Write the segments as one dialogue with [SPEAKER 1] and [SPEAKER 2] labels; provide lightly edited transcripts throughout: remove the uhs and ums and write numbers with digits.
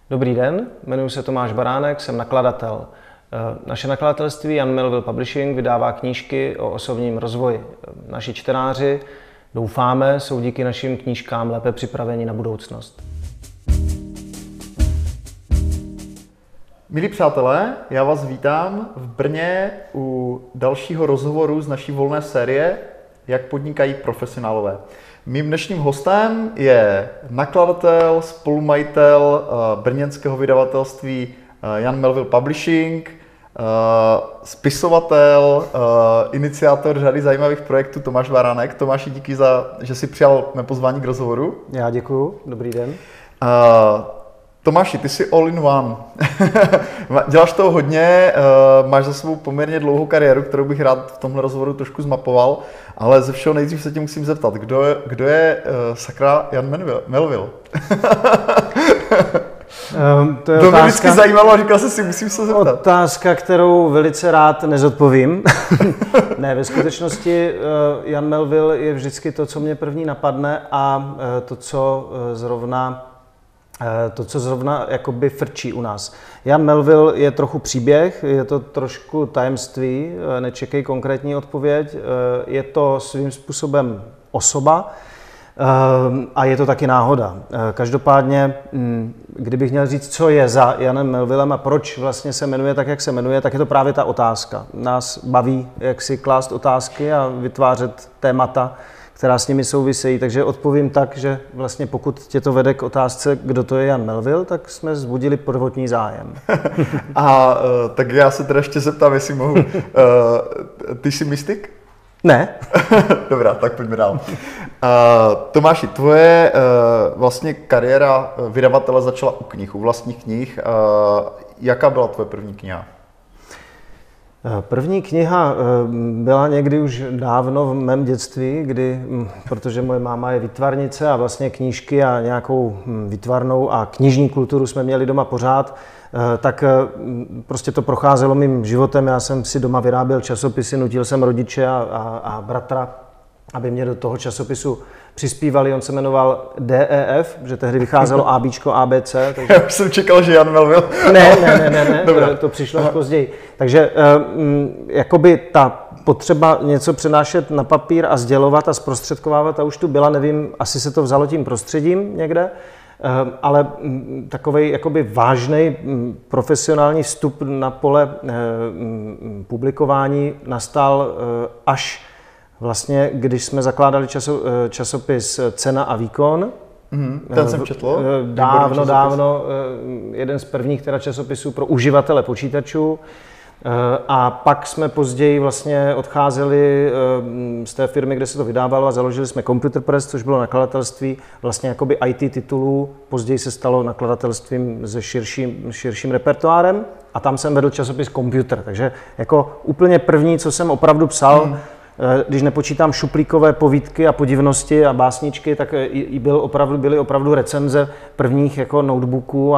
[SPEAKER 1] Dobrý den, jmenuji se Tomáš Baránek, jsem nakladatel. Naše nakladatelství Jan Melville Publishing vydává knížky o osobním rozvoji. Naši čtenáři, doufáme, jsou díky našim knížkám lépe připraveni na budoucnost.
[SPEAKER 2] Milí přátelé, já vás vítám v Brně u dalšího rozhovoru z naší volné série Jak podnikají profesionálové. Mým dnešním hostem je nakladatel, spolumajitel brněnského vydavatelství Jan Melville Publishing, spisovatel, iniciátor řady zajímavých projektů Tomáš Baránek. Tomáši, díky že jsi přijal mé pozvání k rozhovoru.
[SPEAKER 1] Já děkuju, dobrý den.
[SPEAKER 2] Tomáši, ty jsi all in one. Děláš toho hodně, máš za sebou poměrně dlouhou kariéru, kterou bych rád v tomhle rozhovoru trošku zmapoval, ale ze všeho nejdřív se tě musím zeptat, kdo je sakra Jan Melville?
[SPEAKER 1] To je
[SPEAKER 2] to mě vždycky zajímalo a říkal jsem si, musím se zeptat.
[SPEAKER 1] Otázka, kterou velice rád nezodpovím. Ne, ve skutečnosti Jan Melville je vždycky to, co mě první napadne a to, co zrovna jakoby frčí u nás. Jan Melville je trochu příběh, je to trošku tajemství, nečekej konkrétní odpověď, je to svým způsobem osoba a je to taky náhoda. Každopádně, kdybych měl říct, co je za Janem Melvillem a proč vlastně se jmenuje tak, jak se jmenuje, tak je to právě ta otázka. Nás baví, jak si klást otázky a vytvářet témata, která s nimi souvisejí, takže odpovím tak, že vlastně pokud tě to vede k otázce, kdo to je Jan Melville, tak jsme vzbudili prvotní zájem.
[SPEAKER 2] A tak já se teda ještě zeptám, jestli mohu. Ty jsi mystik?
[SPEAKER 1] Ne.
[SPEAKER 2] Dobrá, tak pojďme dál. Tomáši, tvoje vlastně kariéra vydavatele začala u knih, u vlastních knih. Jaká byla tvoje první kniha?
[SPEAKER 1] První kniha byla někdy už dávno v mém dětství, protože moje máma je výtvarnice a vlastně knížky a nějakou výtvarnou a knižní kulturu jsme měli doma pořád, tak prostě to procházelo mým životem. Já jsem si doma vyráběl časopisy, nutil jsem rodiče a bratra, aby mě do toho časopisu přispívali. On se jmenoval DEF, že tehdy vycházelo ABčko, ABC. Takže...
[SPEAKER 2] Já už jsem čekal, že Jan Melville.
[SPEAKER 1] Ne, to přišlo později. Takže jakoby ta potřeba něco přenášet na papír a sdělovat a zprostředkovávat, a už tu byla, nevím, asi se to vzalo tím prostředím někde, ale takovej jakoby vážnej profesionální vstup na pole publikování nastal až vlastně, když jsme zakládali časopis Cena a výkon.
[SPEAKER 2] Ten jsem četl.
[SPEAKER 1] Dávno, jeden z prvních teda časopisů pro uživatele počítačů. A pak jsme později vlastně odcházeli z té firmy, kde se to vydávalo a založili jsme Computer Press, což bylo nakladatelství vlastně jakoby IT titulů. Později se stalo nakladatelstvím se širším repertoárem a tam jsem vedl časopis Computer. Takže jako úplně první, co jsem opravdu psal, když nepočítám šuplíkové povídky a podivnosti a básničky, tak byly opravdu recenze prvních jako notebooků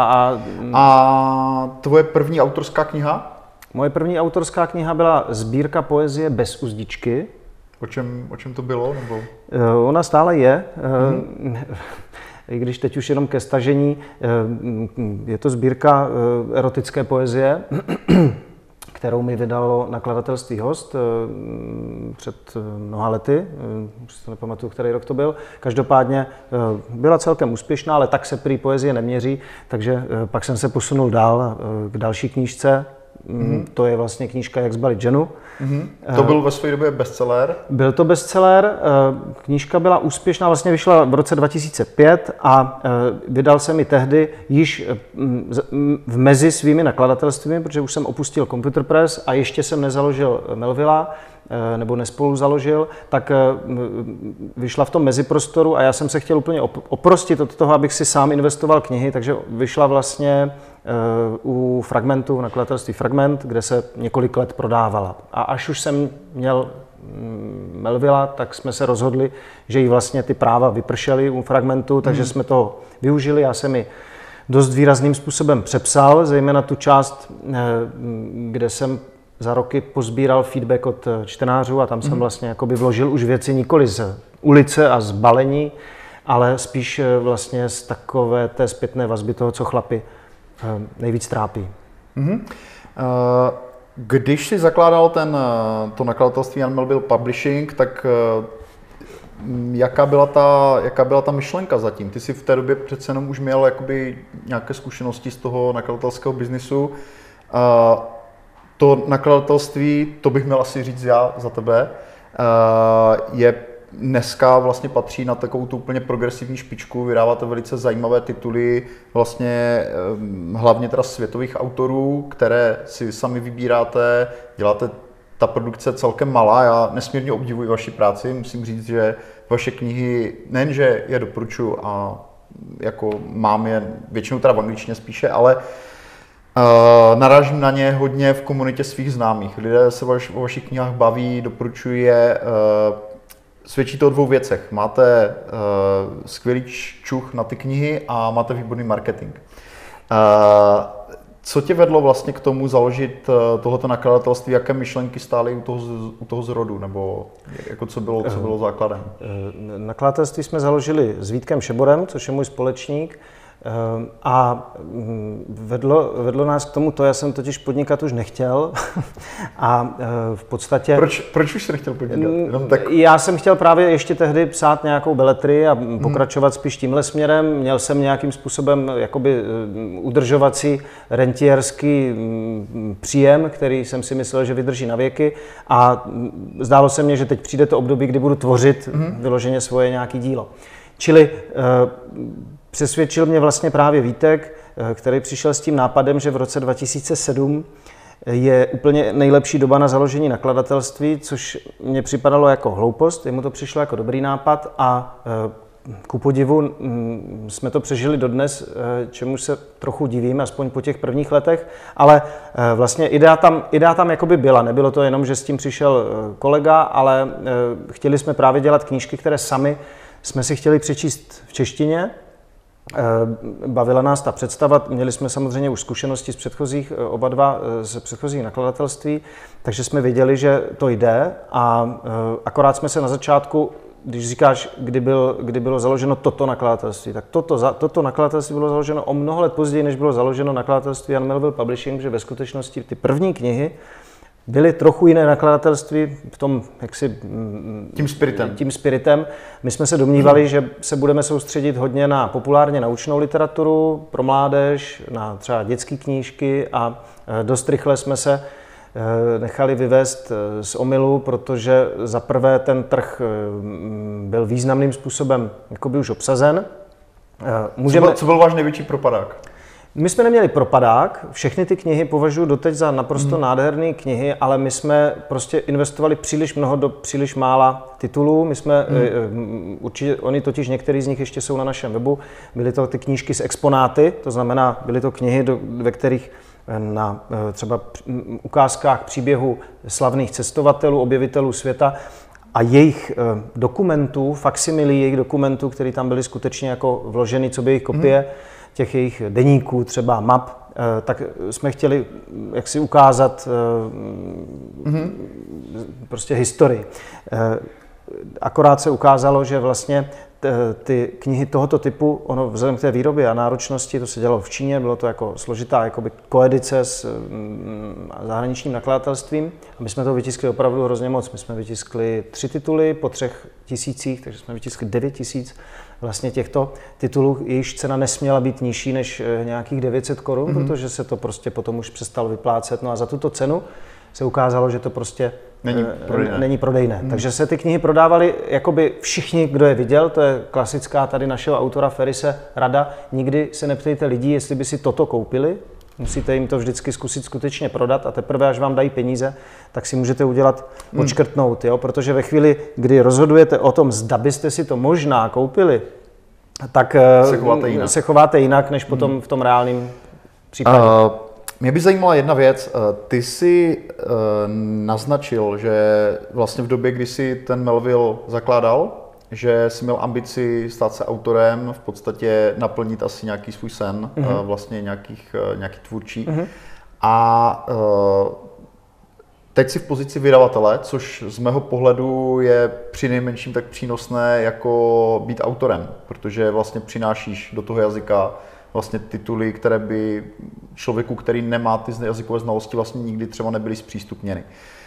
[SPEAKER 2] A tvoje první autorská kniha?
[SPEAKER 1] Moje první autorská kniha byla sbírka poezie bez uzdičky.
[SPEAKER 2] O čem to bylo? Nebo?
[SPEAKER 1] Ona stále je. I když teď už jenom ke stažení. Je to sbírka erotické poezie, kterou mi vydalo nakladatelství Host před mnoha lety, už si to nepamatuju, který rok to byl. Každopádně byla celkem úspěšná, ale tak se prý poezie neměří, takže pak jsem se posunul dál k další knížce. To je vlastně knížka Jak zbalit ženu.
[SPEAKER 2] To byl ve své době bestseller?
[SPEAKER 1] Byl to bestseller, knížka byla úspěšná, vlastně vyšla v roce 2005 a vydal jsem ji tehdy již mezi svými nakladatelstvími, protože už jsem opustil Computer Press a ještě jsem nezaložil Melvilla, nebo nespolu založil, tak vyšla v tom meziprostoru a já jsem se chtěl úplně oprostit od toho, abych si sám investoval knihy, takže vyšla vlastně u Fragmentu, v nakladatelství Fragment, kde se několik let prodávala. A až už jsem měl Melvilla, tak jsme se rozhodli, že jí vlastně ty práva vypršely u Fragmentu, takže jsme to využili. Já jsem ji dost výrazným způsobem přepsal, zejména tu část, kde jsem za roky pozbíral feedback od čtenářů a tam jsem vlastně jakoby vložil už věci nikoli z ulice a z balení, ale spíš vlastně z takové té zpětné vazby toho, co chlapi nejvíc trápí.
[SPEAKER 2] Když jsi zakládal to nakladatelství Unmelville Publishing, tak jaká byla ta myšlenka zatím? Ty jsi v té době přece jenom už měl jakoby nějaké zkušenosti z toho nakladatelského biznisu. To nakladatelství, to bych měl asi říct já za tebe, je dneska vlastně patří na takovou tu úplně progresivní špičku, vydáváte velice zajímavé tituly, vlastně hlavně teda světových autorů, které si sami vybíráte, děláte, ta produkce celkem malá, já nesmírně obdivuji vaši práci, musím říct, že vaše knihy, nejenže je doporučuji a jako mám je většinou teda v angličtině spíše, ale narážím na ně hodně v komunitě svých známých. Lidé se o vašich knihách baví, doporučuji je. Svědčí to o dvou věcech. Máte skvělý čuch na ty knihy a máte výborný marketing. Co tě vedlo vlastně k tomu založit tohoto nakladatelství? Jaké myšlenky stály u toho zrodu? Nebo jako co bylo základem?
[SPEAKER 1] Nakladatelství jsme založili s Vítkem Šeborem, což je můj společník. A vedlo nás k tomu to, já jsem totiž podnikat už nechtěl a v podstatě...
[SPEAKER 2] Proč už jsi nechtěl podnikat?
[SPEAKER 1] Já jsem chtěl právě ještě tehdy psát nějakou beletrii a pokračovat spíš tímhle směrem. Měl jsem nějakým způsobem jakoby udržovací rentierský příjem, který jsem si myslel, že vydrží na věky a zdálo se mně, že teď přijde to období, kdy budu tvořit vyloženě svoje nějaké dílo. Čili přesvědčil mě vlastně právě Vítek, který přišel s tím nápadem, že v roce 2007 je úplně nejlepší doba na založení nakladatelství, což mně připadalo jako hloupost, jemu to přišlo jako dobrý nápad a ku podivu jsme to přežili dodnes, čemu se trochu divím, aspoň po těch prvních letech, ale vlastně idea tam jakoby byla, nebylo to jenom, že s tím přišel kolega, ale chtěli jsme právě dělat knížky, které sami jsme si chtěli přečíst v češtině. Bavila nás ta představa, měli jsme samozřejmě už zkušenosti z předchozích nakladatelství, takže jsme věděli, že to jde a akorát jsme se na začátku, když říkáš, kdy bylo založeno toto nakladatelství, tak toto nakladatelství bylo založeno o mnoho let později, než bylo založeno nakladatelství Unmelville Publishing, že ve skutečnosti ty první knihy byly trochu jiné nakladatelství v tom, jaksi... Tím spiritem. My jsme se domnívali, že se budeme soustředit hodně na populárně naučnou literaturu pro mládež, na třeba dětské knížky a dost rychle jsme se nechali vyvést z omylu, protože za prvé ten trh byl významným způsobem jakoby už obsazen.
[SPEAKER 2] Co byl váš největší propadák?
[SPEAKER 1] My jsme neměli propadák, všechny ty knihy považuji doteď za naprosto nádherné knihy, ale my jsme prostě investovali příliš mnoho do příliš mála titulů. My jsme určitě, oni totiž některý z nich ještě jsou na našem webu, byly to ty knížky s exponáty, to znamená, byly to knihy, ve kterých na třeba ukázkách příběhu slavných cestovatelů, objevitelů světa a jejich dokumentů, faksimilí jejich dokumentů, které tam byly skutečně jako vloženy, co by jejich kopie, těch jejich deníků, třeba map, tak jsme chtěli jaksi ukázat prostě historii. Akorát se ukázalo, že vlastně ty knihy tohoto typu, ono vzhledem k té výrobě a náročnosti, to se dělalo v Číně, bylo to jako složitá jakoby koedice s zahraničním nakladatelstvím. A my jsme to vytiskli opravdu hrozně moc. My jsme vytiskli 3 tituly po 3 000, takže jsme vytiskli 9 000 vlastně těchto titulů, jejichž cena nesměla být nižší než nějakých 900 korun, protože se to prostě potom už přestalo vyplácet. No a za tuto cenu se ukázalo, že to prostě není prodejné. Takže se ty knihy prodávaly jakoby všichni, kdo je viděl, to je klasická tady našeho autora Ferrise rada, nikdy se neptejte lidí, jestli by si toto koupili, musíte jim to vždycky zkusit skutečně prodat a teprve, až vám dají peníze, tak si můžete udělat odškrtnout, jo? Protože ve chvíli, kdy rozhodujete o tom, zda byste si to možná koupili, tak se chováte jinak, než potom v tom reálném případě.
[SPEAKER 2] Mě by zajímala jedna věc. Ty jsi naznačil, že vlastně v době, kdy jsi ten Melville zakládal, že jsi měl ambici stát se autorem, v podstatě naplnit asi nějaký svůj sen, nějaký tvůrčí. A Teď jsi v pozici vydavatele, což z mého pohledu je přinejmenším tak přínosné jako být autorem, protože vlastně přinášíš do toho jazyka vlastně tituly, které by člověku, který nemá ty jazykové znalosti, vlastně nikdy třeba nebyly zpřístupněny.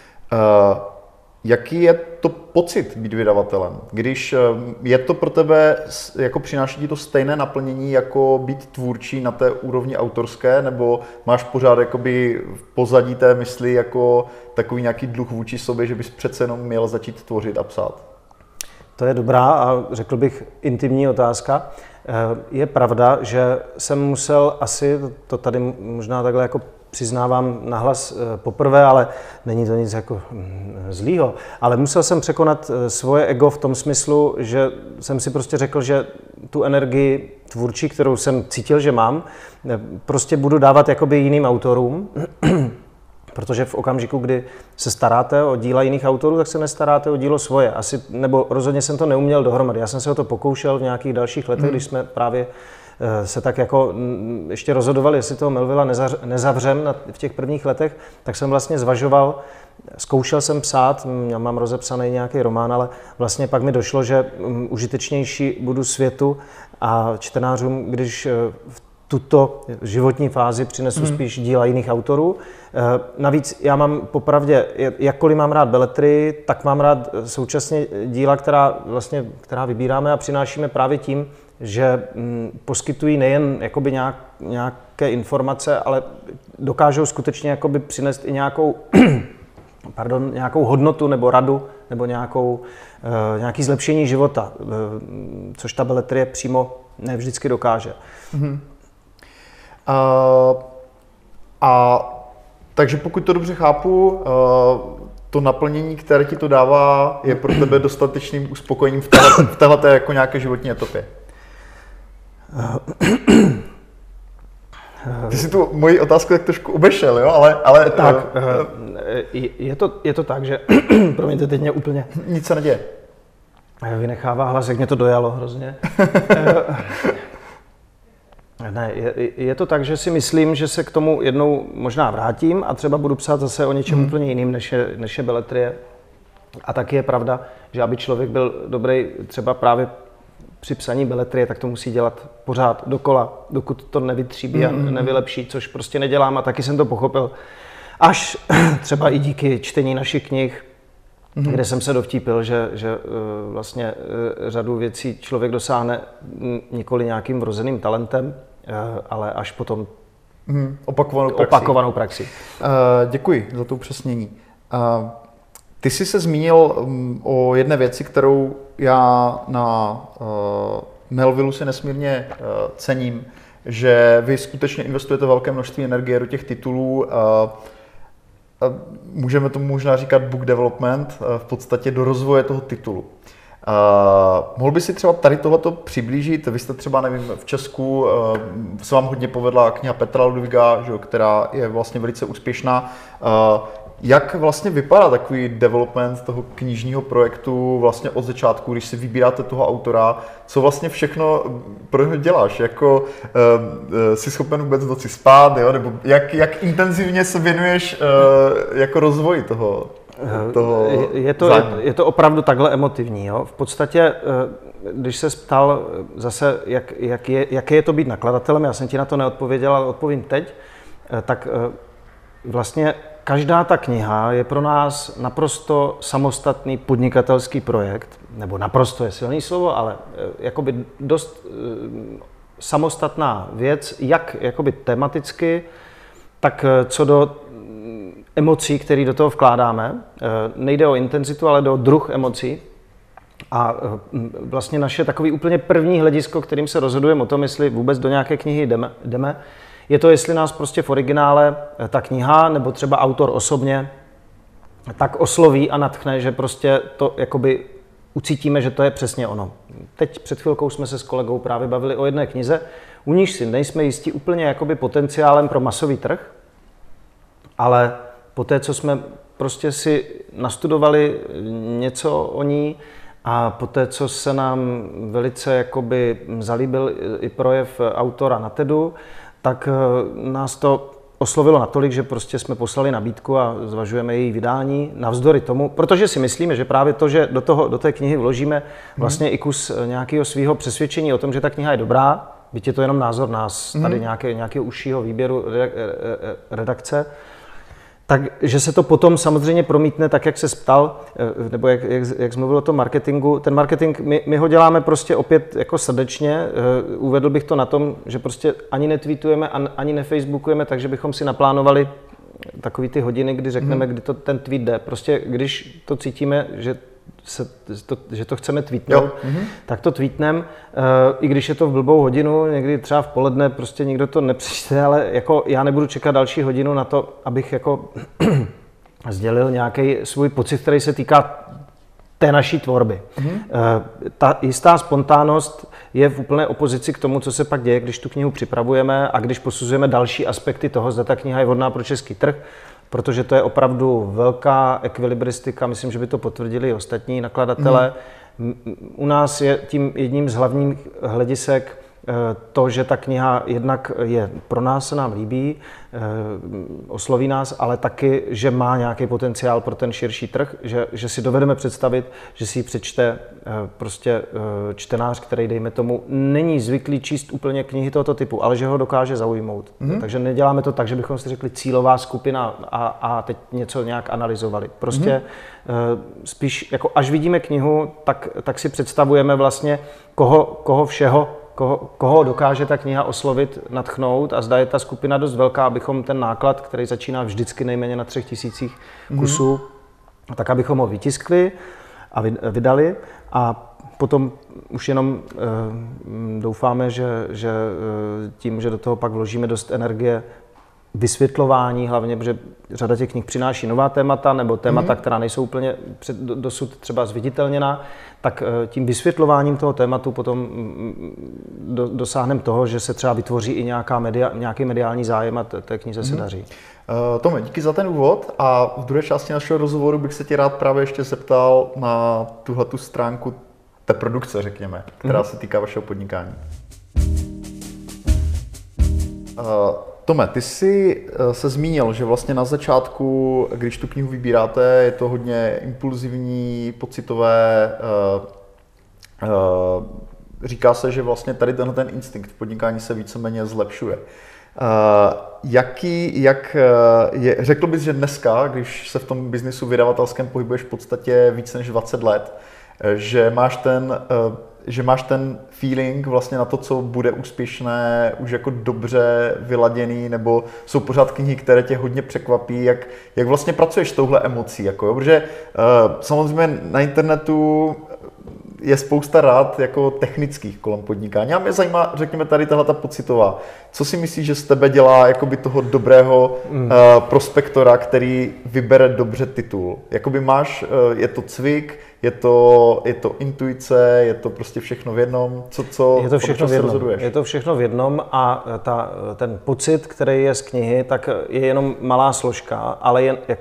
[SPEAKER 2] Jaký je to pocit být vydavatelem? Když je to pro tebe, jako přináší ti to stejné naplnění, jako být tvůrčí na té úrovni autorské, nebo máš pořád jakoby v pozadí té mysli jako takový nějaký dluh vůči sobě, že bys přece jenom měl začít tvořit a psát?
[SPEAKER 1] To je dobrá a řekl bych intimní otázka. Je pravda, že jsem musel asi, to tady možná takhle jako přiznávám nahlas poprvé, ale není to nic jako zlýho, ale musel jsem překonat svoje ego v tom smyslu, že jsem si prostě řekl, že tu energii tvůrčí, kterou jsem cítil, že mám, prostě budu dávat jakoby jiným autorům, protože v okamžiku, kdy se staráte o díla jiných autorů, tak se nestaráte o dílo svoje. Asi, nebo rozhodně jsem to neuměl dohromady. Já jsem se o to pokoušel v nějakých dalších letech, když jsme právě se tak jako ještě rozhodovali, jestli toho Melvilla nezavřem v těch prvních letech, tak jsem vlastně zvažoval, zkoušel jsem psát, já mám rozepsaný nějaký román, ale vlastně pak mi došlo, že užitečnější budu světu a čtenářům, když v tuto životní fázi přinesu spíš díla jiných autorů. Navíc já mám popravdě, jakkoliv mám rád beletrii, tak mám rád současně díla, která vybíráme a přinášíme právě tím, že poskytují nejen jakoby nějaké informace, ale dokážou skutečně jakoby přinést i nějakou hodnotu nebo radu nebo nějaký zlepšení života, což ta beletrie přímo ne vždycky dokáže.
[SPEAKER 2] Takže pokud to dobře chápu, to naplnění, které ti to dává, je pro tebe dostatečným uspokojením v téhleté jako nějaké životní etapě. Ty jsi tu moji otázku tak trošku obešel, jo? Ale
[SPEAKER 1] tak, je to tak, že promiňte, teď mě úplně
[SPEAKER 2] nic se neděje.
[SPEAKER 1] Vynechává hlas, jak mě to dojalo hrozně. Ne, je to tak, že si myslím, že se k tomu jednou možná vrátím a třeba budu psát zase o něčem úplně jiným, než je beletrie. A taky je pravda, že aby člověk byl dobrý třeba právě při psaní beletrie, tak to musí dělat pořád dokola, dokud to nevytříbí a nevylepší, což prostě nedělám a taky jsem to pochopil. Až třeba i díky čtení našich knih, kde jsem se dovtípil, že vlastně řadu věcí člověk dosáhne nikoli nějakým vrozeným talentem, ale až potom opakovanou praxi.
[SPEAKER 2] Děkuji za to upřesnění. Ty jsi se zmínil o jedné věci, kterou já na Melvillu si nesmírně cením, že vy skutečně investujete velké množství energie do těch titulů. Můžeme tomu možná říkat book development, v podstatě do rozvoje toho titulu. Mohl by si třeba tady tohleto přiblížit? Vy jste třeba, nevím, v Česku se vám hodně povedla kniha Petra Ludwiga, že, která je vlastně velice úspěšná. Jak vlastně vypadá takový development toho knižního projektu vlastně od začátku, když si vybíráte toho autora? Co vlastně všechno pro něho děláš? Jako jsi schopen vůbec v noci spát, jo? Nebo jak intenzivně se věnuješ jako rozvoji toho
[SPEAKER 1] je to opravdu takhle emotivní. Jo? V podstatě, když se ptal zase, jaké je to být nakladatelem, já jsem ti na to neodpověděl, ale odpovím teď, tak vlastně každá ta kniha je pro nás naprosto samostatný podnikatelský projekt, nebo naprosto je silný slovo, ale jakoby dost samostatná věc, jak jakoby tematicky, tak co do emocí, které do toho vkládáme. Nejde o intenzitu, ale o druh emocí. A vlastně naše takový úplně první hledisko, kterým se rozhodujeme o tom, jestli vůbec do nějaké knihy jdeme, je to, jestli nás prostě v originále ta kniha nebo třeba autor osobně tak osloví a nadchne, že prostě to jakoby ucítíme, že to je přesně ono. Teď před chvilkou jsme se s kolegou právě bavili o jedné knize, u níž si nejsme jistí úplně jakoby potenciálem pro masový trh, ale po té, co jsme prostě si nastudovali něco o ní a po té, co se nám velice jakoby zalíbil i projev autora na TEDu, tak nás to oslovilo natolik, že prostě jsme poslali nabídku a zvažujeme její vydání navzdory tomu, protože si myslíme, že právě to, že do té knihy vložíme vlastně i kus nějakého svého přesvědčení o tom, že ta kniha je dobrá, byť je to jenom názor nás, tady nějakého užšího výběru redakce, takže se to potom samozřejmě promítne, tak jak se ptal, nebo jak jsi mluvil o tom marketingu. Ten marketing, my ho děláme prostě opět jako srdečně. Uvedl bych to na tom, že prostě ani netweetujeme, ani nefacebookujeme, takže bychom si naplánovali takový ty hodiny, kdy řekneme, kdy ten tweet jde. Prostě když to cítíme, že to chceme tweetnout, tak to tweetnem, i když je to v blbou hodinu, někdy třeba v poledne, prostě nikdo to nepřečte, ale jako já nebudu čekat další hodinu na to, abych jako sdělil nějaký svůj pocit, který se týká té naší tvorby. Ta jistá spontánnost je v úplné opozici k tomu, co se pak děje, když tu knihu připravujeme a když posuzujeme další aspekty toho, zda ta kniha je vhodná pro český trh, protože to je opravdu velká ekvilibristika, myslím, že by to potvrdili i ostatní nakladatelé. U nás je tím jedním z hlavních hledisek to, že ta kniha jednak je pro nás, se nám líbí, osloví nás, ale taky, že má nějaký potenciál pro ten širší trh, že si dovedeme představit, že si ji přečte prostě čtenář, který, dejme tomu, není zvyklý číst úplně knihy tohoto typu, ale že ho dokáže zaujmout. Takže neděláme to tak, že bychom si řekli cílová skupina a teď něco nějak analyzovali. Prostě spíš, jako až vidíme knihu, tak si představujeme vlastně, koho dokáže ta kniha oslovit, nadchnout a zda je ta skupina dost velká, abychom ten náklad, který začíná vždycky nejméně na 3000 kusů, tak abychom ho vytiskli a vydali a potom už jenom doufáme, že tím, že do toho pak vložíme dost energie, vysvětlování hlavně, protože řada těch knih přináší nová témata nebo témata, která nejsou úplně dosud třeba zviditelněná, tak tím vysvětlováním toho tématu potom dosáhneme toho, že se třeba vytvoří i nějaký mediální zájem a té knize se daří.
[SPEAKER 2] Tome, díky za ten úvod a v druhé části našeho rozhovoru bych se tě rád právě ještě zeptal na tuhletu stránku té produkce, řekněme, která se týká vašeho podnikání. Tome, ty jsi se zmínil, že vlastně na začátku, když tu knihu vybíráte, je to hodně impulzivní, pocitové. Říká se, že vlastně tady ten instinkt v podnikání se víceméně zlepšuje. Řekl bys, že dneska, když se v tom biznisu vydavatelském pohybuješ v podstatě více než 20 let, že máš ten feeling vlastně na to, co bude úspěšné, už jako dobře vyladěný, nebo jsou pořád knihy, které tě hodně překvapí, jak vlastně pracuješ s touhle emocí, jako, protože samozřejmě na internetu je spousta rád jako technických kolem podnikání. A mě zajímá, řekněme, tady tahle ta pocitová. Co si myslíš, že z tebe dělá jakoby toho dobrého prospektora, který vybere dobře titul? Jakoby máš, je to cvik, je to intuice, je to prostě všechno v jednom?
[SPEAKER 1] Je to všechno v jednom. Je to všechno v jednom a ten pocit, který je z knihy, tak je jenom malá složka, ale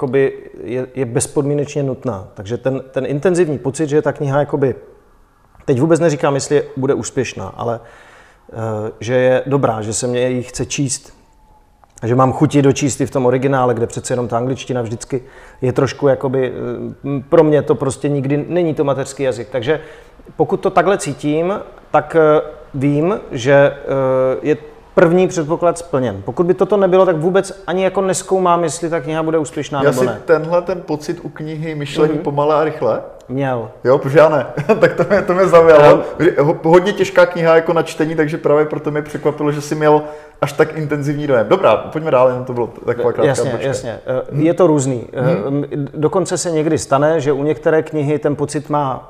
[SPEAKER 1] je bezpodmínečně nutná. Takže ten intenzivní pocit, že je ta kniha jakoby, teď vůbec neříkám, jestli bude úspěšná, ale že je dobrá, že se mě ji chce číst, že mám chuti dočíst i v tom originále, kde přece jenom ta angličtina vždycky je trošku jakoby, pro mě to prostě nikdy není to mateřský jazyk. Takže pokud to takhle cítím, tak vím, že je první předpoklad splněn. Pokud by toto nebylo, tak vůbec ani jako nezkoumám, jestli ta kniha bude úspěšná nebo ne.
[SPEAKER 2] Tenhle ten pocit u knihy Myšlení pomalé a rychle?
[SPEAKER 1] Měl.
[SPEAKER 2] Jo, protože já ne. Tak to mě zaujalo. Hodně těžká kniha jako na čtení, takže právě proto mě překvapilo, že jsi měl až tak intenzivní dojem. Dobrá, pojďme dál, jenom to bylo taková krátká počka.
[SPEAKER 1] Jasně. Je to různý. Dokonce se někdy stane, že u některé knihy ten pocit má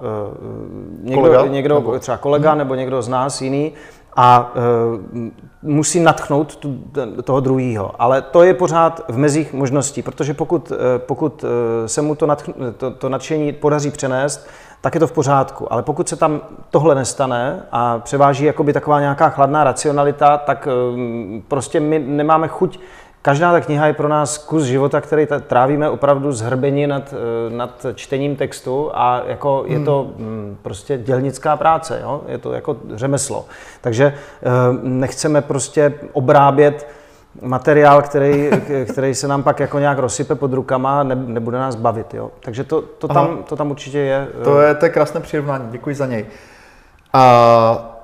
[SPEAKER 1] někdo třeba kolega nebo někdo z nás jiný, a musí nadchnout toho druhého. Ale to je pořád v mezích možností, protože pokud se mu to nadšení podaří přenést, tak je to v pořádku. Ale pokud se tam tohle nestane a převáží jakoby taková nějaká chladná racionalita, tak prostě my nemáme chuť. Každá ta kniha je pro nás kus života, který trávíme opravdu zhrbeni nad čtením textu a jako je to prostě dělnická práce, jo? Je to jako řemeslo. Takže nechceme prostě obrábět materiál, který se nám pak jako nějak rozsype pod rukama a nebude nás bavit. Jo? Takže to tam určitě je.
[SPEAKER 2] To je krásné přirovnání, děkuji za něj. A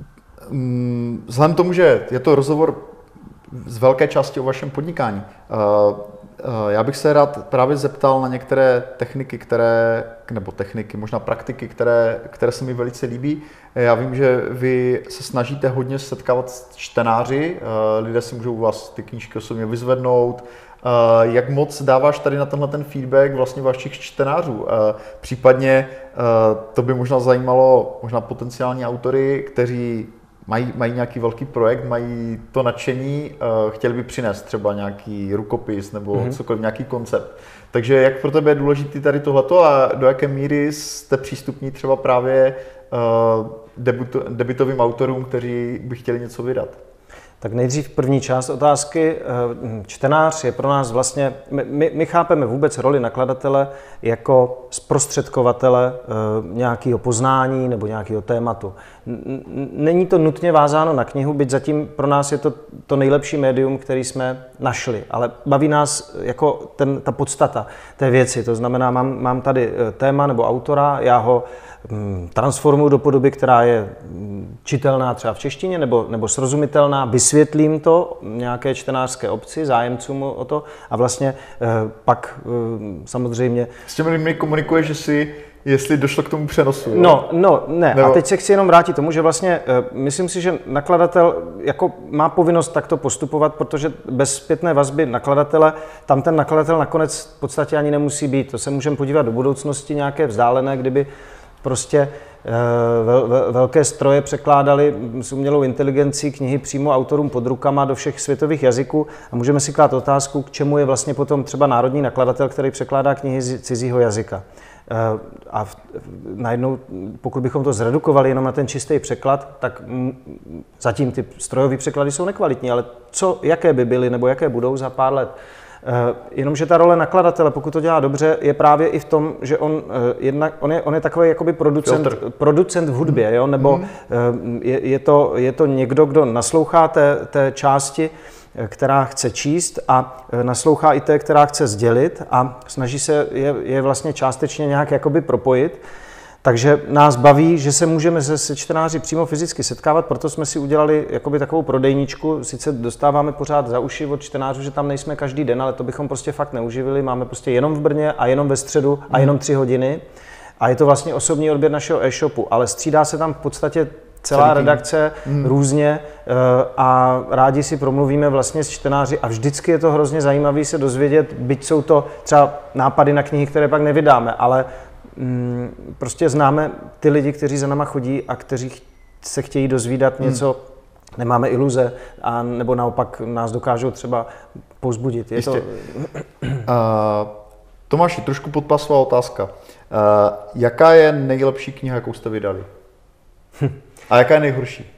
[SPEAKER 2] vzhledem tomu, že je to rozhovor z velké části o vašem podnikání, já bych se rád právě zeptal na některé techniky, možná praktiky, které se mi velice líbí. Já vím, že vy se snažíte hodně setkávat s čtenáři, lidé si můžou u vás ty knížky osobně vyzvednout. Jak moc dáváš tady na tenhle ten feedback vlastně vašich čtenářů? Případně to by možná zajímalo možná potenciální autory, kteří mají nějaký velký projekt, mají to nadšení, chtěli by přinést třeba nějaký rukopis nebo cokoliv, nějaký koncept. Takže jak pro tebe je důležitý tady tohleto a do jaké míry jste přístupní třeba právě debutovým autorům, kteří by chtěli něco vydat?
[SPEAKER 1] Tak nejdřív první část otázky. Čtenář je pro nás vlastně, my chápeme vůbec roli nakladatele jako zprostředkovatele nějakého poznání nebo nějakého tématu. Není to nutně vázáno na knihu, byť zatím pro nás je to nejlepší médium, který jsme našli, ale baví nás jako ta podstata té věci. To znamená, mám tady téma nebo autora, já ho transformuji do podoby, která je čitelná třeba v češtině nebo srozumitelná, vysvětlím to nějaké čtenářské obci, zájemcům o to a vlastně pak samozřejmě...
[SPEAKER 2] S těmi lidmi komunikuješ, jestli došlo k tomu přenosu, jo?
[SPEAKER 1] Ne. Nebo... A teď se chci jenom vrátit tomu, že vlastně myslím si, že nakladatel jako má povinnost takto postupovat, protože bez zpětné vazby nakladatele, tam ten nakladatel nakonec v podstatě ani nemusí být. To se můžeme podívat do budoucnosti nějaké vzdálené, kdyby prostě velké stroje překládaly s umělou inteligencí knihy přímo autorům pod rukama do všech světových jazyků a můžeme si klát otázku, k čemu je vlastně potom třeba národní nakladatel, který překládá knihy z cizího jazyka. A najednou, pokud bychom to zredukovali jenom na ten čistý překlad, tak zatím ty strojové překlady jsou nekvalitní, ale jaké by byly nebo jaké budou za pár let. Jenomže ta role nakladatele, pokud to dělá dobře, je právě i v tom, že on je takový jakoby producent v hudbě, jo? Nebo je to někdo, kdo naslouchá té části, která chce číst a naslouchá i té, která chce sdělit a snaží se je vlastně částečně nějak jakoby propojit. Takže nás baví, že se můžeme se čtenáři přímo fyzicky setkávat, proto jsme si udělali jakoby takovou prodejničku. Sice dostáváme pořád za uši od čtenářů, že tam nejsme každý den, ale to bychom prostě fakt neuživili. Máme prostě jenom v Brně a jenom ve středu a jenom 3 hodiny. A je to vlastně osobní odběr našeho e-shopu, ale střídá se tam v podstatě celá redakce různě a rádi si promluvíme vlastně s čtenáři a vždycky je to hrozně zajímavé se dozvědět, byť jsou to třeba nápady na knihy, které pak nevydáme, ale prostě známe ty lidi, kteří za náma chodí a kteří se chtějí dozvídat něco, nemáme iluze, a nebo naopak nás dokážou třeba povzbudit.
[SPEAKER 2] Tomáši, trošku podpasová otázka. Jaká je nejlepší kniha, jakou jste vydali? A jaká je nejhorší?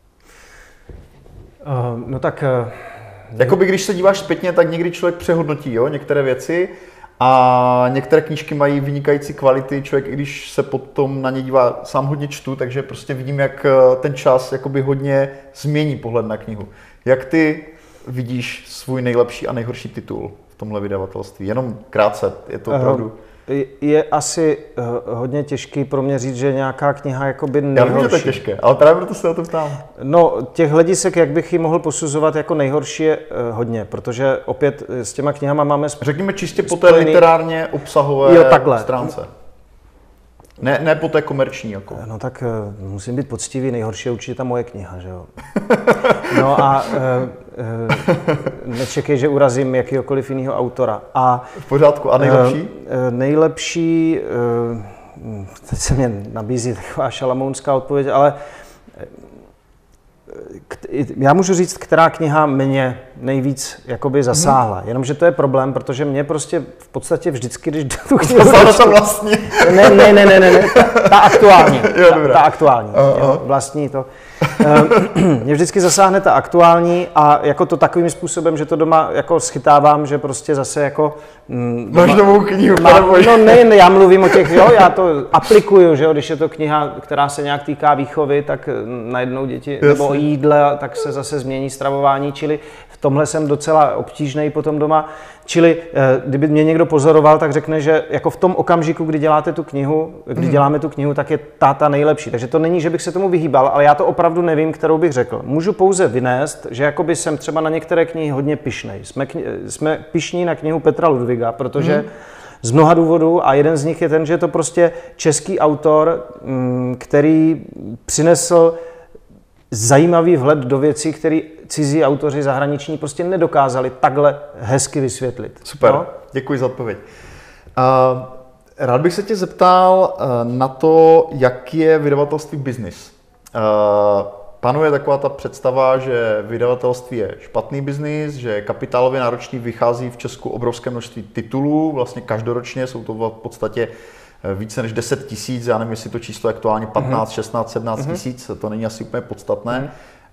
[SPEAKER 2] Jakoby když se díváš zpětně, tak někdy člověk přehodnotí, jo, některé věci a některé knížky mají vynikající kvality, člověk, i když se potom na ně dívá, sám hodně čtu, takže prostě vidím, jak ten čas jakoby hodně změní pohled na knihu. Jak ty vidíš svůj nejlepší a nejhorší titul v tomhle vydavatelství? Jenom krátce, je to opravdu...
[SPEAKER 1] Je asi hodně těžký pro mě říct, že nějaká kniha jakoby nejhorší.
[SPEAKER 2] Já vím, že to je těžké, ale právě proto se o to ptám.
[SPEAKER 1] No, těch hledisek, jak bych ji mohl posuzovat jako nejhorší, je hodně, protože opět s těma knihama máme
[SPEAKER 2] řekněme čistě po té literárně obsahové stránce. Ne po té komerční. Jako.
[SPEAKER 1] No tak musím být poctivý, nejhorší je určitě ta moje kniha, že jo. No a nečekej, že urazím jakýhokoliv jiného autora.
[SPEAKER 2] V pořádku. A nejlepší?
[SPEAKER 1] Nejlepší, teď se mě nabízí taková šalamounská odpověď, ale já můžu říct, která kniha mě nejvíc jakoby zasáhla. Jenomže to je problém, protože mě prostě v podstatě vždycky, když tu knihu
[SPEAKER 2] vlastně.
[SPEAKER 1] Ne, ta aktuální. Ta aktuální. Jo, vlastní to. Mě vždycky zasáhne ta aktuální a jako to takovým způsobem, že to doma jako schytávám, že prostě zase jako...
[SPEAKER 2] Máš novou knihu?
[SPEAKER 1] Já mluvím o těch, jo, já to aplikuju, že jo, když je to kniha, která se nějak týká výchovy, tak najednou děti, nebo o jídle, tak se zase změní stravování, čili v tomhle jsem docela obtížnej potom doma. Čili kdyby mě někdo pozoroval, tak řekne, že jako v tom okamžiku, kdy děláte tu knihu, kdy děláme tu knihu, tak je ta nejlepší. Takže to není, že bych se tomu vyhýbal, ale já to opravdu nevím, kterou bych řekl. Můžu pouze vynést, že jakoby jsem třeba na některé knihy hodně pyšnej. Jsme pyšní na knihu Petra Ludwiga, protože z mnoha důvodů a jeden z nich je ten, že je to prostě český autor, který přinesl zajímavý vhled do věcí, které cizí autoři zahraniční prostě nedokázali takhle hezky vysvětlit.
[SPEAKER 2] Super, no? Děkuji za odpověď. Rád bych se tě zeptal na to, jaký je vydavatelství biznis. Panuje taková ta představa, že vydavatelství je špatný biznis, že kapitálově náročný, vychází v Česku obrovské množství titulů, vlastně každoročně jsou to v podstatě více než 10 000, já nevím, jestli to číslo je aktuálně 15, 16, 17 tisíc, to není asi úplně podstatné.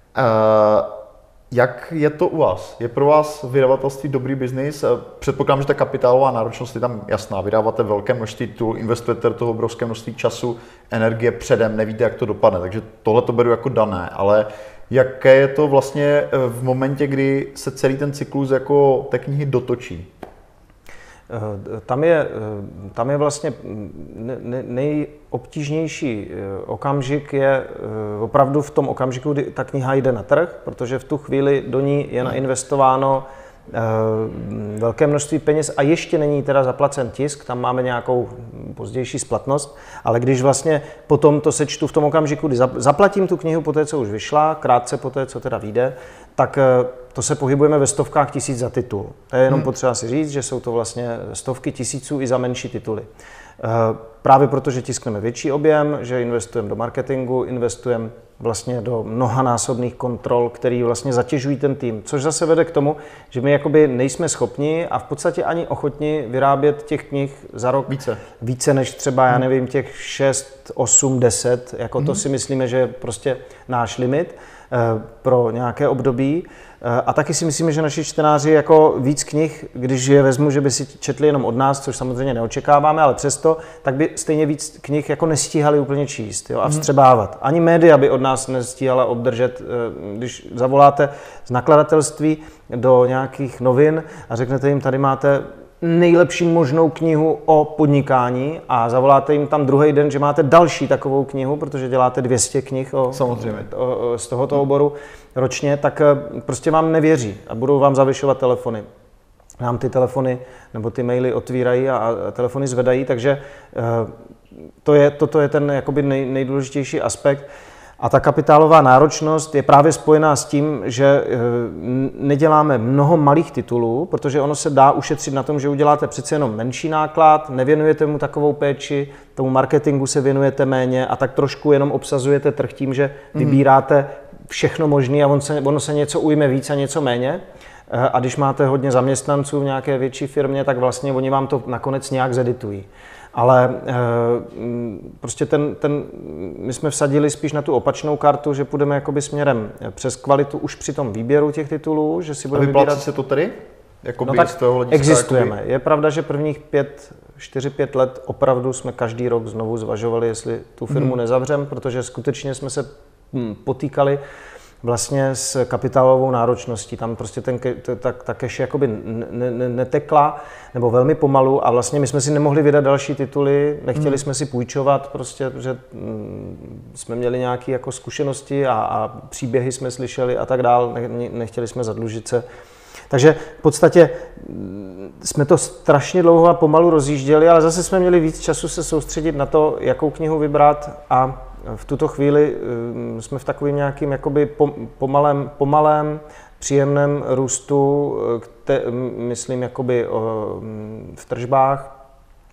[SPEAKER 2] Jak je to u vás? Je pro vás vydavatelství dobrý biznis? Předpokládám, že ta kapitálová náročnost je tam jasná. Vydáváte velké množství titulů, investujete do toho obrovské množství času, energie předem, nevíte, jak to dopadne. Takže tohle to beru jako dané. Ale jaké je to vlastně v momentě, kdy se celý ten cyklus jako té knihy dotočí?
[SPEAKER 1] Tam je vlastně nejobtížnější okamžik je opravdu v tom okamžiku, kdy ta kniha jde na trh, protože v tu chvíli do ní je nainvestováno velké množství peněz a ještě není teda zaplacen tisk, tam máme nějakou pozdější splatnost, ale když vlastně potom to sečtu v tom okamžiku, kdy zaplatím tu knihu po té, co už vyšla, krátce po té, co teda vyjde, tak to se pohybujeme ve stovkách tisíc za titul. To je jenom potřeba si říct, že jsou to vlastně stovky tisíců i za menší tituly. Právě protože tiskneme větší objem, že investujeme do marketingu, investujeme vlastně do mnohanásobných kontrol, které vlastně zatěžují ten tým, což zase vede k tomu, že my jakoby nejsme schopni a v podstatě ani ochotni vyrábět těch knih za rok více než třeba, já nevím, těch 6, 8, 10, jako to si myslíme, že je prostě náš limit pro nějaké období. A taky si myslíme, že naši čtenáři jako víc knih, když je vezmu, že by si četli jenom od nás, což samozřejmě neočekáváme, ale přesto, tak by stejně víc knih jako nestíhali úplně číst, jo, a vstřebávat. Ani média by od nás nestíhala obdržet, když zavoláte z nakladatelství do nějakých novin a řeknete jim, tady máte nejlepší možnou knihu o podnikání a zavoláte jim tam druhý den, že máte další takovou knihu, protože děláte 200 knih z tohoto oboru ročně, tak prostě vám nevěří a budou vám zavyšovat telefony. Nám ty telefony nebo ty maily otvírají a telefony zvedají, takže toto je ten jakoby nejdůležitější aspekt. A ta kapitálová náročnost je právě spojená s tím, že neděláme mnoho malých titulů, protože ono se dá ušetřit na tom, že uděláte přece jenom menší náklad, nevěnujete mu takovou péči, tomu marketingu se věnujete méně a tak trošku jenom obsazujete trh tím, že vybíráte všechno možné a ono se něco ujme víc a něco méně. A když máte hodně zaměstnanců v nějaké větší firmě, tak vlastně oni vám to nakonec nějak zeditují. Ale prostě my jsme vsadili spíš na tu opačnou kartu, že půjdeme jakoby směrem přes kvalitu už při tom výběru těch titulů, že si budeme vybírat.
[SPEAKER 2] A vyplácí se to tedy?
[SPEAKER 1] No tak z toho hlediska existujeme. Jakoby... Je pravda, že prvních 4-5 let opravdu jsme každý rok znovu zvažovali, jestli tu firmu nezavřeme, protože skutečně jsme se potýkali vlastně s kapitálovou náročností. Tam prostě ta cash jakoby netekla, nebo velmi pomalu a vlastně my jsme si nemohli vydat další tituly, nechtěli jsme si půjčovat, prostě, protože jsme měli nějaké jako zkušenosti a příběhy jsme slyšeli a tak dál, nechtěli jsme zadlužit se. Takže v podstatě jsme to strašně dlouho a pomalu rozjížděli, ale zase jsme měli víc času se soustředit na to, jakou knihu vybrat a v tuto chvíli jsme v takovém nějakým jakoby pomalém, příjemném růstu, myslím jakoby v tržbách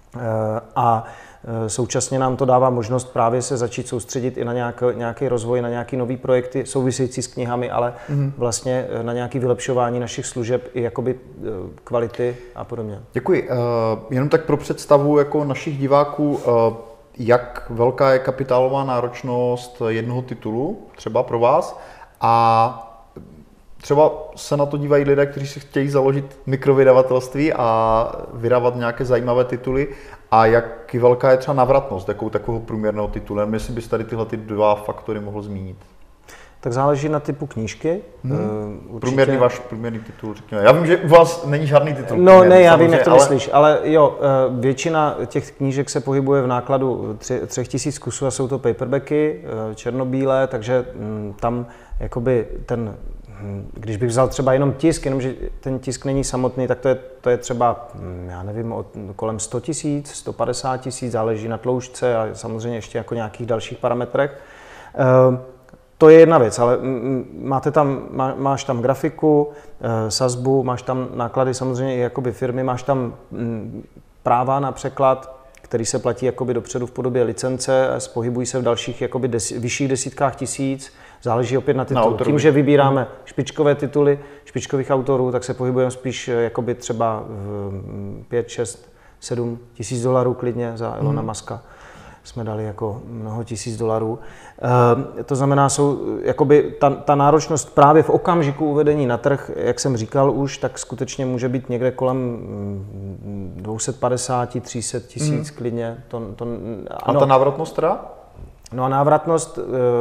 [SPEAKER 1] a současně nám to dává možnost právě se začít soustředit i na nějaký rozvoj, na nějaké nové projekty související s knihami, ale vlastně na nějaké vylepšování našich služeb i jakoby kvality a podobně.
[SPEAKER 2] Děkuji. Jenom tak pro představu jako našich diváků, jak velká je kapitálová náročnost jednoho titulu, třeba pro vás, a třeba se na to dívají lidé, kteří si chtějí založit mikrovydavatelství a vydávat nějaké zajímavé tituly, a jak velká je třeba návratnost takového průměrného titulu. Jestli bys tady tyhle dva faktory mohl zmínit.
[SPEAKER 1] tak záleží na typu knížky.
[SPEAKER 2] Průměrný titul, řekněme. Já vím, že u vás není žádný titul.
[SPEAKER 1] No ne, já vím, jak to myslíš, ale jo, většina těch knížek se pohybuje v nákladu 3000 kusů a jsou to paperbacky, černobílé, takže tam jakoby když bych vzal třeba jenom tisk, jenomže ten tisk není samotný, tak to je třeba, já nevím, kolem 100 000, 150 000, záleží na tloušťce a samozřejmě ještě jako nějakých dalších parametrech. To je jedna věc, ale máš tam grafiku, sazbu, máš tam náklady samozřejmě i jakoby firmy, máš tam práva na překlad, který se platí jakoby dopředu v podobě licence, pohybují se v dalších jakoby vyšších desítkách tisíc, záleží opět na titul. Tím, že vybíráme špičkové tituly špičkových autorů, tak se pohybujeme spíš jakoby třeba 5, 6, 7 tisíc dolarů klidně za Elona Muska. Jsme dali jako mnoho tisíc dolarů. To znamená, jakoby ta náročnost právě v okamžiku uvedení na trh, jak jsem říkal už, tak skutečně může být někde kolem 250, 300 tisíc klidně.
[SPEAKER 2] A ta návratnost teda?
[SPEAKER 1] No a návratnost,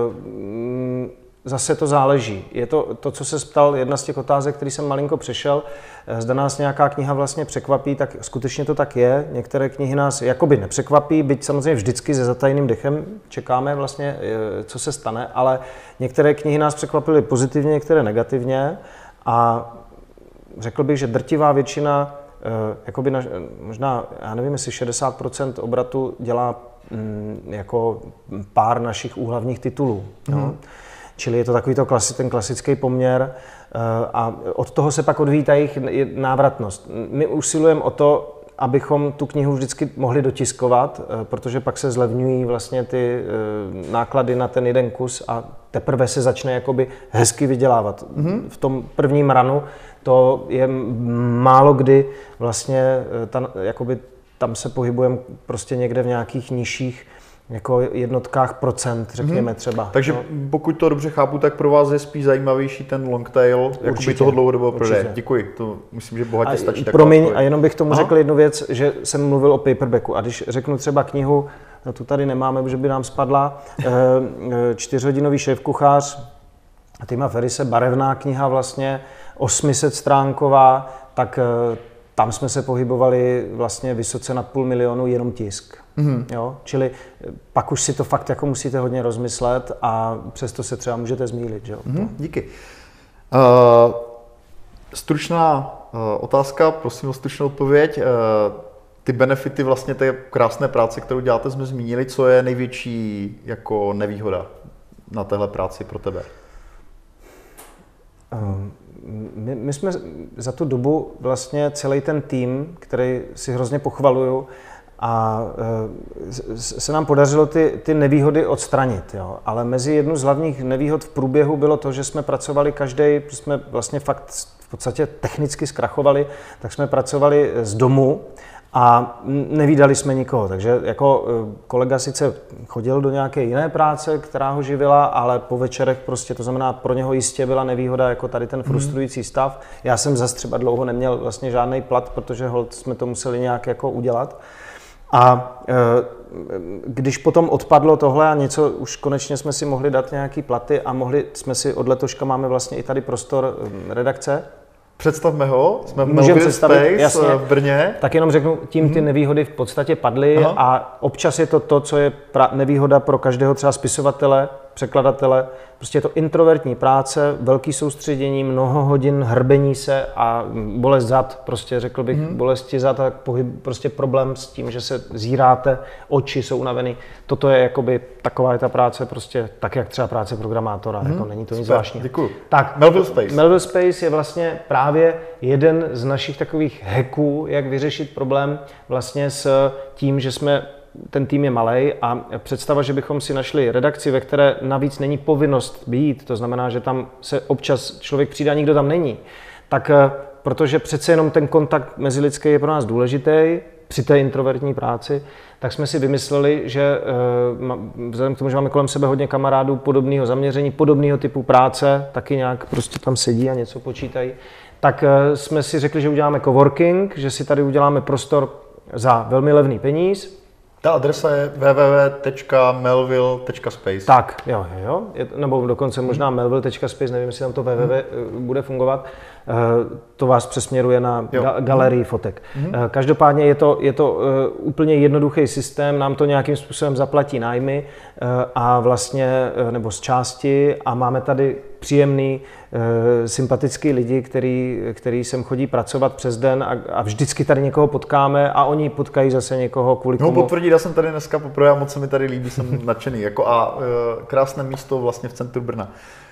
[SPEAKER 1] zase to záleží. Je to, co se ptal, jedna z těch otázek, který jsem malinko přešel, zda nás nějaká kniha vlastně překvapí, tak skutečně to tak je. Některé knihy nás jakoby nepřekvapí, byť samozřejmě vždycky se zatajeným dechem čekáme vlastně, co se stane, ale některé knihy nás překvapily pozitivně, některé negativně a řekl bych, že drtivá většina, jakoby možná, já nevím, jestli 60% obratu dělá jako pár našich úhlavních titulů. No. Čili je to takový ten klasický poměr a od toho se pak odvíjí ta jejich návratnost. My usilujeme o to, abychom tu knihu vždycky mohli dotiskovat, protože pak se zlevňují vlastně ty náklady na ten jeden kus a teprve se začne jakoby hezky vydělávat. V tom prvním runu to je málo kdy vlastně jakoby tam se pohybujeme prostě někde v nějakých nižších jako jednotkách procent, řekněme třeba.
[SPEAKER 2] Takže pokud to dobře chápu, tak pro vás je spíš zajímavější ten long tail jakoby toho dlouhodobého prodeje. Děkuji, to myslím, že bohatě stačí.
[SPEAKER 1] Promiň, a jenom bych tomu řekl jednu věc, že jsem mluvil o paperbacku a když řeknu třeba knihu, no tu tady nemáme, protože by nám spadla, 4hodinový šéfkuchař Tima Ferrise, barevná kniha vlastně, 800 stránková, tak tam jsme se pohybovali vlastně vysoce nad 500 000 jenom tisk. Jo? Čili pak už si to fakt jako musíte hodně rozmyslet a přesto se třeba můžete zmýlit. Jo?
[SPEAKER 2] Díky. Stručná otázka, prosím o stručnou odpověď. Ty benefity vlastně té krásné práce, kterou děláte, jsme zmínili. Co je největší jako nevýhoda na téhle práci pro tebe?
[SPEAKER 1] My jsme za tu dobu vlastně celý ten tým, který si hrozně pochvaluju, a se nám podařilo ty nevýhody odstranit. Jo. Ale mezi jednu z hlavních nevýhod v průběhu bylo to, že jsme pracovali jsme vlastně fakt v podstatě technicky zkrachovali, tak jsme pracovali z domu a nevídali jsme nikoho. Takže jako kolega sice chodil do nějaké jiné práce, která ho živila, ale po večerech prostě, to znamená, pro něho jistě byla nevýhoda jako tady ten frustrující stav. Já jsem zase třeba dlouho neměl vlastně žádný plat, protože holt jsme to museli nějak jako udělat. A když potom odpadlo tohle a něco, už konečně jsme si mohli dát nějaký platy a mohli jsme si od letoška máme vlastně i tady prostor redakce.
[SPEAKER 2] Představme ho, jsme v Melville Space v Brně.
[SPEAKER 1] Tak jenom řeknu, tím ty nevýhody v podstatě padly a občas je to, co je nevýhoda pro každého třeba spisovatele, překladatele. Prostě je to introvertní práce, velký soustředění, mnoho hodin hrbení se a bolest zad, prostě řekl bych, bolesti zad a prostě problém s tím, že se zíráte, oči jsou unavený. Toto je jakoby taková je ta práce, prostě tak, jak třeba práce programátora, jako není to nic zvláštního.
[SPEAKER 2] Děkuju.
[SPEAKER 1] Tak, Melville Space je vlastně právě jeden z našich takových hacků, jak vyřešit problém vlastně s tím, že ten tým je malej a představa, že bychom si našli redakci, ve které navíc není povinnost být, to znamená, že tam se občas člověk přijde a nikdo tam není, tak protože přece jenom ten kontakt mezilidský je pro nás důležitý při té introvertní práci, tak jsme si vymysleli, že vzhledem k tomu, že máme kolem sebe hodně kamarádů podobného zaměření, podobného typu práce, taky nějak prostě tam sedí a něco počítají, tak jsme si řekli, že uděláme coworking, že si tady uděláme prostor za velmi levný peníz
[SPEAKER 2] Ta adresa je www.melville.space.
[SPEAKER 1] Tak, jo. Nebo dokonce možná melville.space, nevím, jestli tam to www bude fungovat. To vás přesměruje na galerii fotek. Každopádně je to úplně jednoduchý systém, nám to nějakým způsobem zaplatí nájmy a vlastně, nebo z části, a máme tady příjemný, sympatický lidi, který sem chodí pracovat přes den a vždycky tady někoho potkáme a oni potkají zase někoho kvůli komu.
[SPEAKER 2] No potvrdit, já jsem tady dneska poprvé a moc se mi tady líbí, jsem nadšený. Krásné místo vlastně v centru Brna.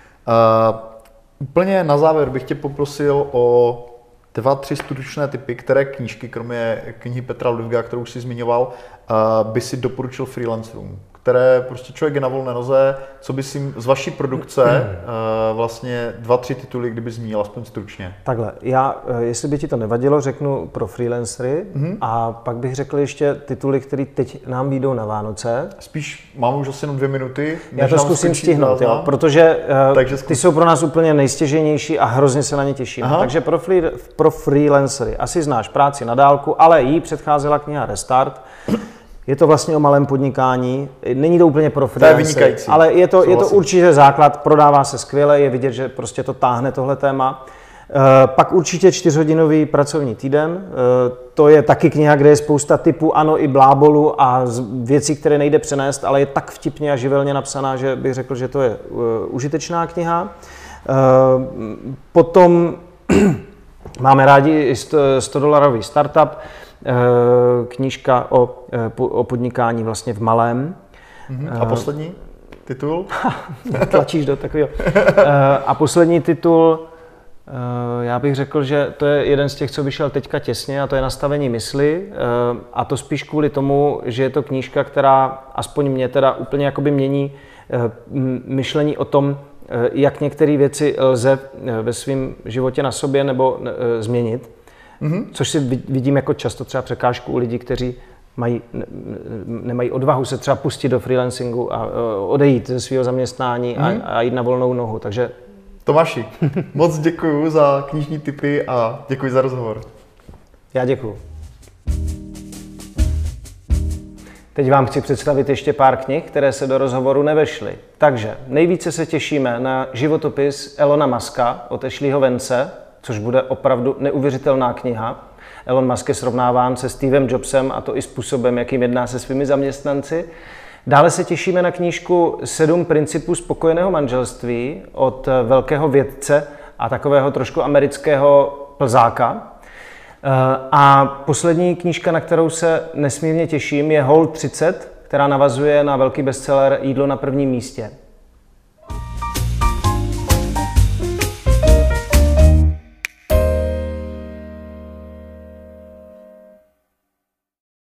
[SPEAKER 2] Úplně na závěr bych tě poprosil o 2-3 stručné tipy, které knížky, kromě knihy Petra Ludwiga, kterou jsi zmiňoval, by si doporučil freelancerům, které prostě člověk je na volné noze, co by si z vaší produkce vlastně 2-3 tituly, kdyby zmínil aspoň stručně.
[SPEAKER 1] Takhle, já, jestli by ti to nevadilo, řeknu pro freelancery a pak bych řekl ještě tituly, které teď nám vyjdou na Vánoce.
[SPEAKER 2] Spíš mám už asi jenom 2 minuty.
[SPEAKER 1] Já to zkusím stihnout, jo, protože ty jsou pro nás úplně nejstěžejnější a hrozně se na ně těšíme. Takže pro freelancery asi znáš Práci na dálku, ale jí předcházela kniha Restart. Je to vlastně o malém podnikání, není to úplně pro freelancery, ale je to určitě základ, prodává se skvěle, je vidět, že prostě to táhne tohle téma. Pak určitě 4hodinový pracovní týden, to je taky kniha, kde je spousta typů, ano i blábolu a věcí, které nejde přenést, ale je tak vtipně a živelně napsaná, že bych řekl, že to je užitečná kniha. Potom máme rádi i 100$ startup, knížka o podnikání vlastně v malém.
[SPEAKER 2] A poslední titul?
[SPEAKER 1] Tlačíš do takového. A poslední titul, já bych řekl, že to je jeden z těch, co vyšel teďka těsně, a to je Nastavení mysli. A to spíš kvůli tomu, že je to knížka, která aspoň mě teda úplně jakoby mění myšlení o tom, jak některé věci lze ve svém životě na sobě nebo změnit. Což si vidím jako často třeba překážku u lidí, kteří nemají odvahu se třeba pustit do freelancingu a odejít ze svého zaměstnání a jít na volnou nohu. Takže
[SPEAKER 2] Tomáši, moc děkuji za knižní tipy a děkuji za rozhovor.
[SPEAKER 1] Já děkuji. Teď vám chci představit ještě pár knih, které se do rozhovoru nevešly. Takže nejvíce se těšíme na životopis Elona Muska od Ashleyho Vance, což bude opravdu neuvěřitelná kniha. Elon Musk je srovnáván se Stevem Jobsem, a to i způsobem, jakým jedná se svými zaměstnanci. Dále se těšíme na knížku 7 principů spokojeného manželství od velkého vědce a takového trošku amerického plzáka. A poslední knížka, na kterou se nesmírně těším, je Whole 30, která navazuje na velký bestseller Jídlo na prvním místě.